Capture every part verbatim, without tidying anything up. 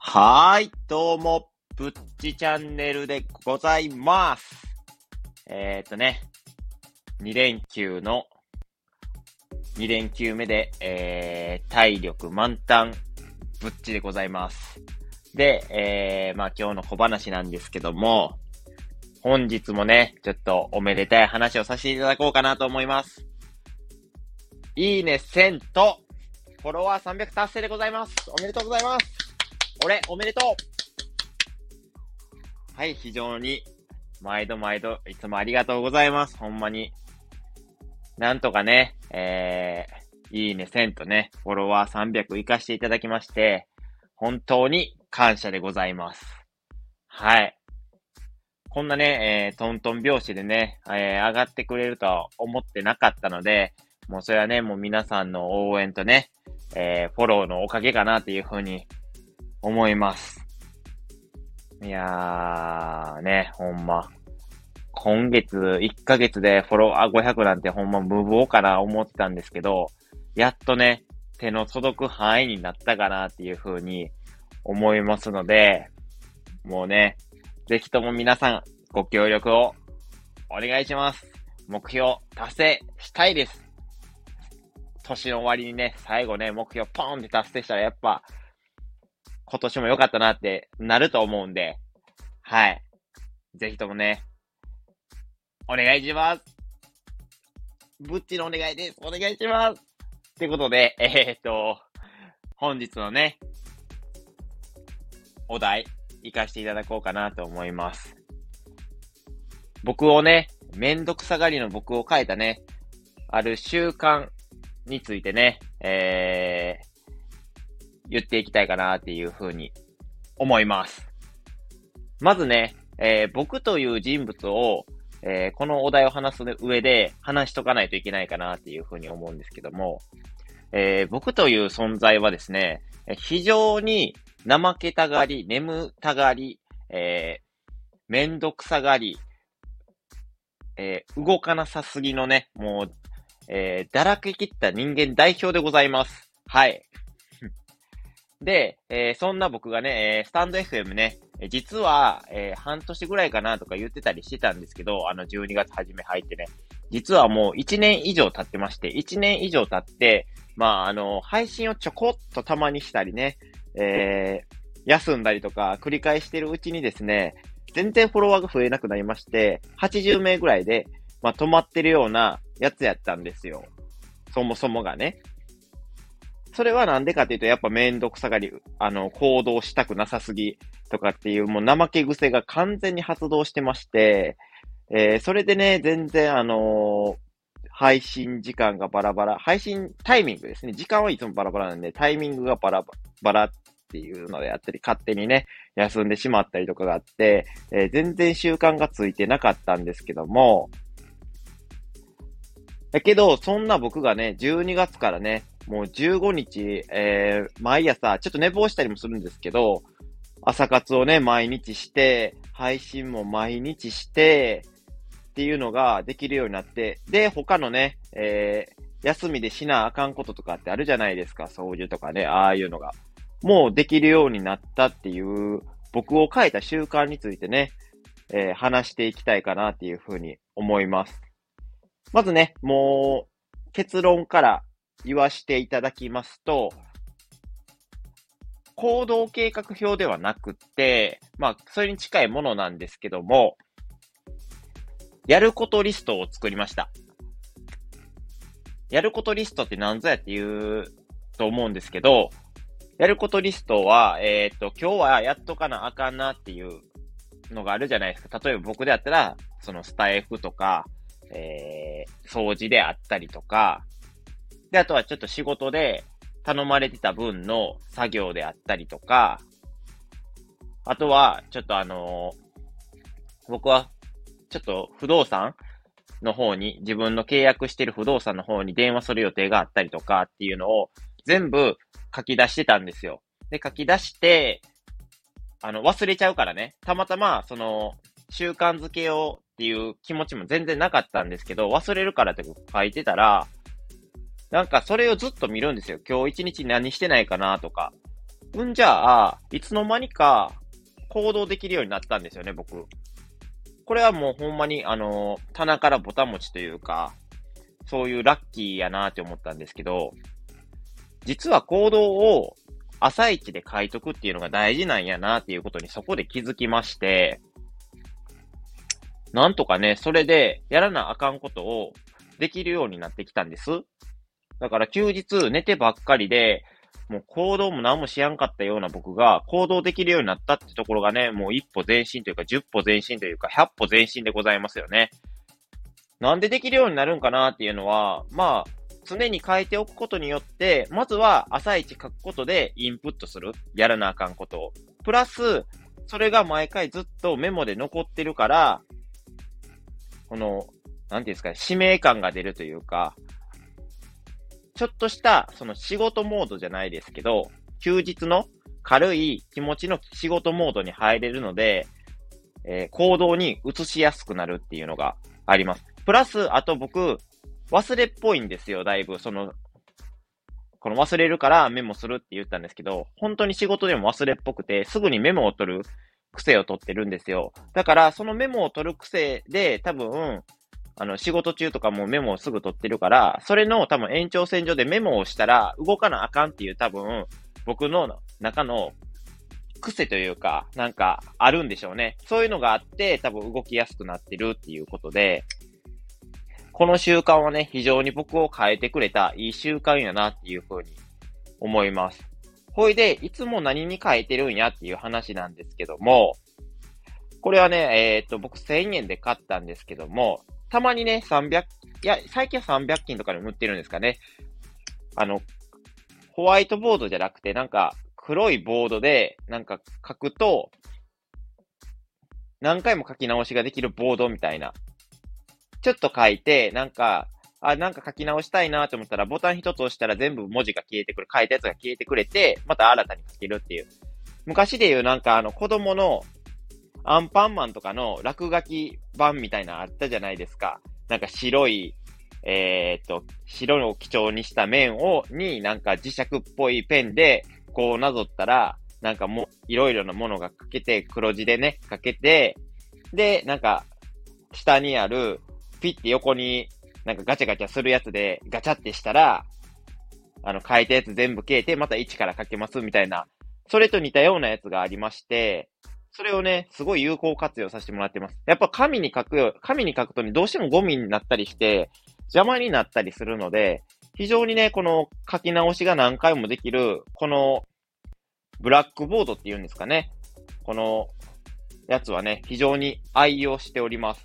はーい、どうも、ぶっちチャンネルでございます。えーとね、に連休の、に連休目で、えー、体力満タン、ぶっちでございます。で、えー、まあ今日の小話なんですけども、本日もね、ちょっとおめでたい話をさせていただこうかなと思います。いいねせんと、フォロワーさんびゃく達成でございます。おめでとうございます。俺、おめでとう。はい、非常に、毎度毎度、いつもありがとうございます。ほんまに。なんとかね、えー、いいねせんとね、フォロワーさんびゃく活かしていただきまして、本当に感謝でございます。はい。こんなね、えー、トントン拍子でね、えー、上がってくれるとは思ってなかったので、もうそれはね、もう皆さんの応援とね、えー、フォローのおかげかなっていうふうに思います。いやー、ね、ほんま。今月、いっかげつでフォロワーごひゃくなんてほんま無謀かな思ってたんですけど、やっとね、手の届く範囲になったかなっていう風に思いますので、もうね、ぜひとも皆さんご協力をお願いします。目標達成したいです。年の終わりにね、最後ね、目標ポーンって達成したらやっぱ、今年も良かったなってなると思うんで、はい。ぜひともね、お願いします。ぶっちのお願いです。お願いします。ってことで、えー、っと、本日のね、お題、活かしていただこうかなと思います。僕をね、めんどくさがりの僕を変えたね、ある習慣についてね、えー、言っていきたいかなっていうふうに思います。まずね、えー、僕という人物を、えー、このお題を話す上で話しとかないといけないかなっていうふうに思うんですけども、えー、僕という存在はですね、非常に怠けたがり、眠たがり、えー、めんどくさがり、えー、動かなさすぎのね、もう、えー、だらけきった人間代表でございます。はい。で、えー、そんな僕がね、えー、スタンド エフエム ね、実は、えー、半年ぐらいかなとか言ってたりしてたんですけど、あのじゅうにがつ初め入ってね、実はもういちねん以上経ってまして、いちねん以上経って、まあ、あの、配信をちょこっとたまにしたりね、えー、休んだりとか繰り返してるうちにですね、全然フォロワーが増えなくなりまして、はちじゅうめいぐらいで、まあ、止まってるようなやつやったんですよ。そもそもがね。それはなんでかというと、やっぱめんどくさがり、あの、行動したくなさすぎとかっていう、もう怠け癖が完全に発動してまして、えー、それでね、全然あのー配信時間がバラバラ、配信タイミングですね。時間はいつもバラバラなんで、タイミングがバラバラっていうのであったり、勝手にね、休んでしまったりとかがあって、えー、全然習慣がついてなかったんですけども、だけど、そんな僕がね、じゅうにがつからね、もうじゅうごにち、えー、毎朝、ちょっと寝坊したりもするんですけど、朝活をね、毎日して、配信も毎日して、っていうのができるようになって、で、他のね、えー、休みでしなあかんこととかってあるじゃないですか、掃除とかね、ああいうのが。もうできるようになったっていう、僕を変えた習慣についてね、えー、話していきたいかなっていうふうに思います。まずね、もう、結論から言わしていただきますと、行動計画表ではなくって、まあ、それに近いものなんですけども、やることリストを作りました。やることリストって何ぞやって言うと思うんですけど、やることリストは、えっと、今日はやっとかなあかんなっていうのがあるじゃないですか。例えば僕であったら、そのスタイフとか、えー、掃除であったりとか、で、あとはちょっと仕事で頼まれてた分の作業であったりとか、あとは、ちょっとあのー、僕は、ちょっと不動産の方に、自分の契約してる不動産の方に電話する予定があったりとかっていうのを全部書き出してたんですよ。で、書き出して、あの、忘れちゃうからね。たまたま、その、習慣づけようっていう気持ちも全然なかったんですけど、忘れるからって書いてたら、なんかそれをずっと見るんですよ。今日一日何してないかなとか。 うんじゃあ、いつの間にか行動できるようになったんですよね、僕。これはもうほんまに、あの、棚からぼたもちというか、そういうラッキーやなって思ったんですけど、実は行動を朝一で書いとくっていうのが大事なんやなっていうことにそこで気づきまして、なんとかね、それでやらなあかんことをできるようになってきたんです。だから休日寝てばっかりで、もう行動も何もしやんかったような僕が行動できるようになったってところがね、もう一歩前進というか十歩前進というか百歩前進でございますよね。なんでできるようになるんかなっていうのは、まあ、常に書いておくことによって、まずは朝一書くことでインプットする。やらなあかんことを。プラス、それが毎回ずっとメモで残ってるから、この、なんていうんですかね、使命感が出るというか、ちょっとした、その仕事モードじゃないですけど、休日の軽い気持ちの仕事モードに入れるので、えー行動に移しやすくなるっていうのがあります。プラス、あと僕、忘れっぽいんですよ、だいぶ。その、この忘れるからメモするって言ったんですけど、本当に仕事でも忘れっぽくて、すぐにメモを取る癖を取ってるんですよ。だから、そのメモを取る癖で、多分、あの、仕事中とかもメモをすぐ取ってるから、それの多分延長線上でメモをしたら動かなあかんっていう多分、僕の中の癖というか、なんかあるんでしょうね。そういうのがあって、多分動きやすくなってるっていうことで、この習慣はね、非常に僕を変えてくれたいい習慣やなっていうふうに思います。ほいで、いつも何に変えてるんやっていう話なんですけども、これはね、えっと、僕せんえんで買ったんですけども、たまにね、さんびゃく、いや、最近はさんびゃく均とかでも売ってるんですかね。あの、ホワイトボードじゃなくて、なんか、黒いボードで、なんか書くと、何回も書き直しができるボードみたいな。ちょっと書いて、なんか、あ、なんか書き直したいなと思ったら、ボタン一つ押したら全部文字が消えてくる。書いたやつが消えてくれて、また新たに書けるっていう。昔で言うなんかあの子供のアンパンマンとかの落書き版みたいなのあったじゃないですか。なんか白い、えー、っと、白を基調にした面を、になんか磁石っぽいペンでこうなぞったら、なんかもういろいろなものが書けて、黒字でね、書けて、で、なんか下にあるピッて横になんかガチャガチャするやつでガチャってしたら、あの書いたやつ全部消えて、また一から書けますみたいな、それと似たようなやつがありまして、それをね、すごい有効活用させてもらってます。やっぱ紙に書くよ、紙に書くとね、どうしてもゴミになったりして、邪魔になったりするので、非常にね、この書き直しが何回もできる、このブラックボードっていうんですかね。このやつはね、非常に愛用しております。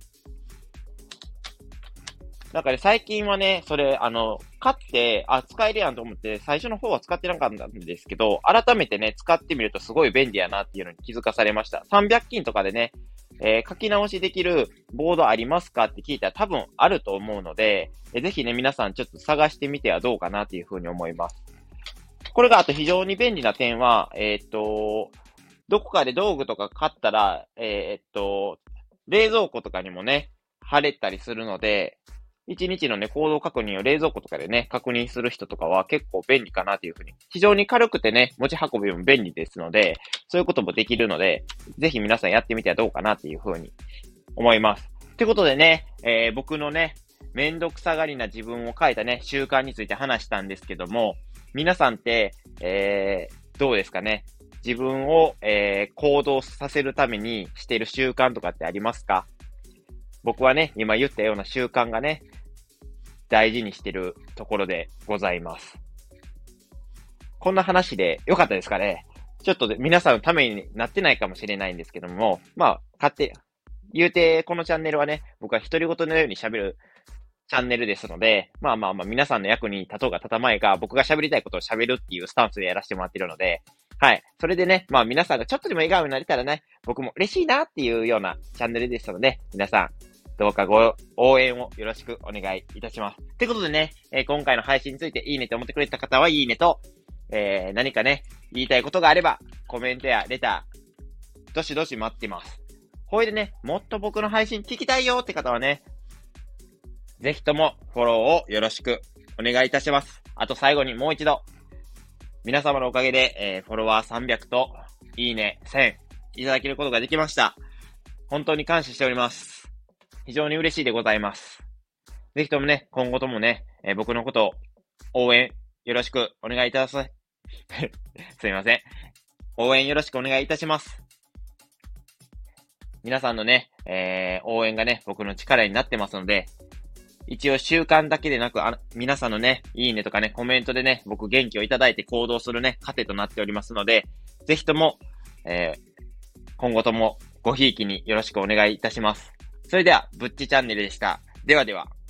なんかね、最近はね、それ、あの、買って、あ、使えるやんと思って、最初の方は使ってなかったんですけど、改めてね、使ってみるとすごい便利やなっていうのに気づかされました。さんびゃく均とかでね、えー書き直しできるボードありますかって聞いたら多分あると思うので、えーぜひね、皆さんちょっと探してみてはどうかなっていうふうに思います。これがあと非常に便利な点は、えーっと、どこかで道具とか買ったら、えーっと、冷蔵庫とかにもね、貼れたりするので、一日のね、行動確認を冷蔵庫とかでね、確認する人とかは結構便利かなというふうに。非常に軽くてね、持ち運びも便利ですので、そういうこともできるので、ぜひ皆さんやってみてはどうかなっていうふうに思います。ということでね、えー、僕のね、めんどくさがりな自分を変えたね、習慣について話したんですけども、皆さんって、えー、どうですかね。自分を、えー、行動させるためにしている習慣とかってありますか？僕はね、今言ったような習慣がね、大事にしてるところでございます。こんな話で良かったですかね？ちょっとで皆さんのためになってないかもしれないんですけども、まあ、勝手、言うて、このチャンネルはね、僕は独り言のように喋るチャンネルですので、まあまあまあ、皆さんの役に立とうが立たまいが、僕が喋りたいことを喋るっていうスタンスでやらせてもらっているので、はい。それでね、まあ皆さんがちょっとでも笑顔になれたらね、僕も嬉しいなっていうようなチャンネルでしたので、皆さん、どうかご応援をよろしくお願いいたします。ということでね、えー今回の配信についていいねと思ってくれた方はいいねと、えー何かね、言いたいことがあれば、コメントやレター、どしどし待ってます。ほいでね、もっと僕の配信聞きたいよって方はね、ぜひともフォローをよろしくお願いいたします。あと最後にもう一度、 皆様のおかげで、えー、フォロワーさんびゃくと、いいねせんいただけることができました。本当に感謝しております。非常に嬉しいでございます。ぜひともね、今後ともね、えー、僕のことを応援よろしくお願いいたします。すいません。応援よろしくお願いいたします。皆さんのね、えー、応援がね、僕の力になってますので、一応習慣だけでなく、あ皆さんのね、いいねとかね、コメントでね、僕元気をいただいて行動するね、糧となっておりますので、ぜひとも、えー、今後ともごひいきによろしくお願いいたします。それでは、ぶっちチャンネルでした。ではでは。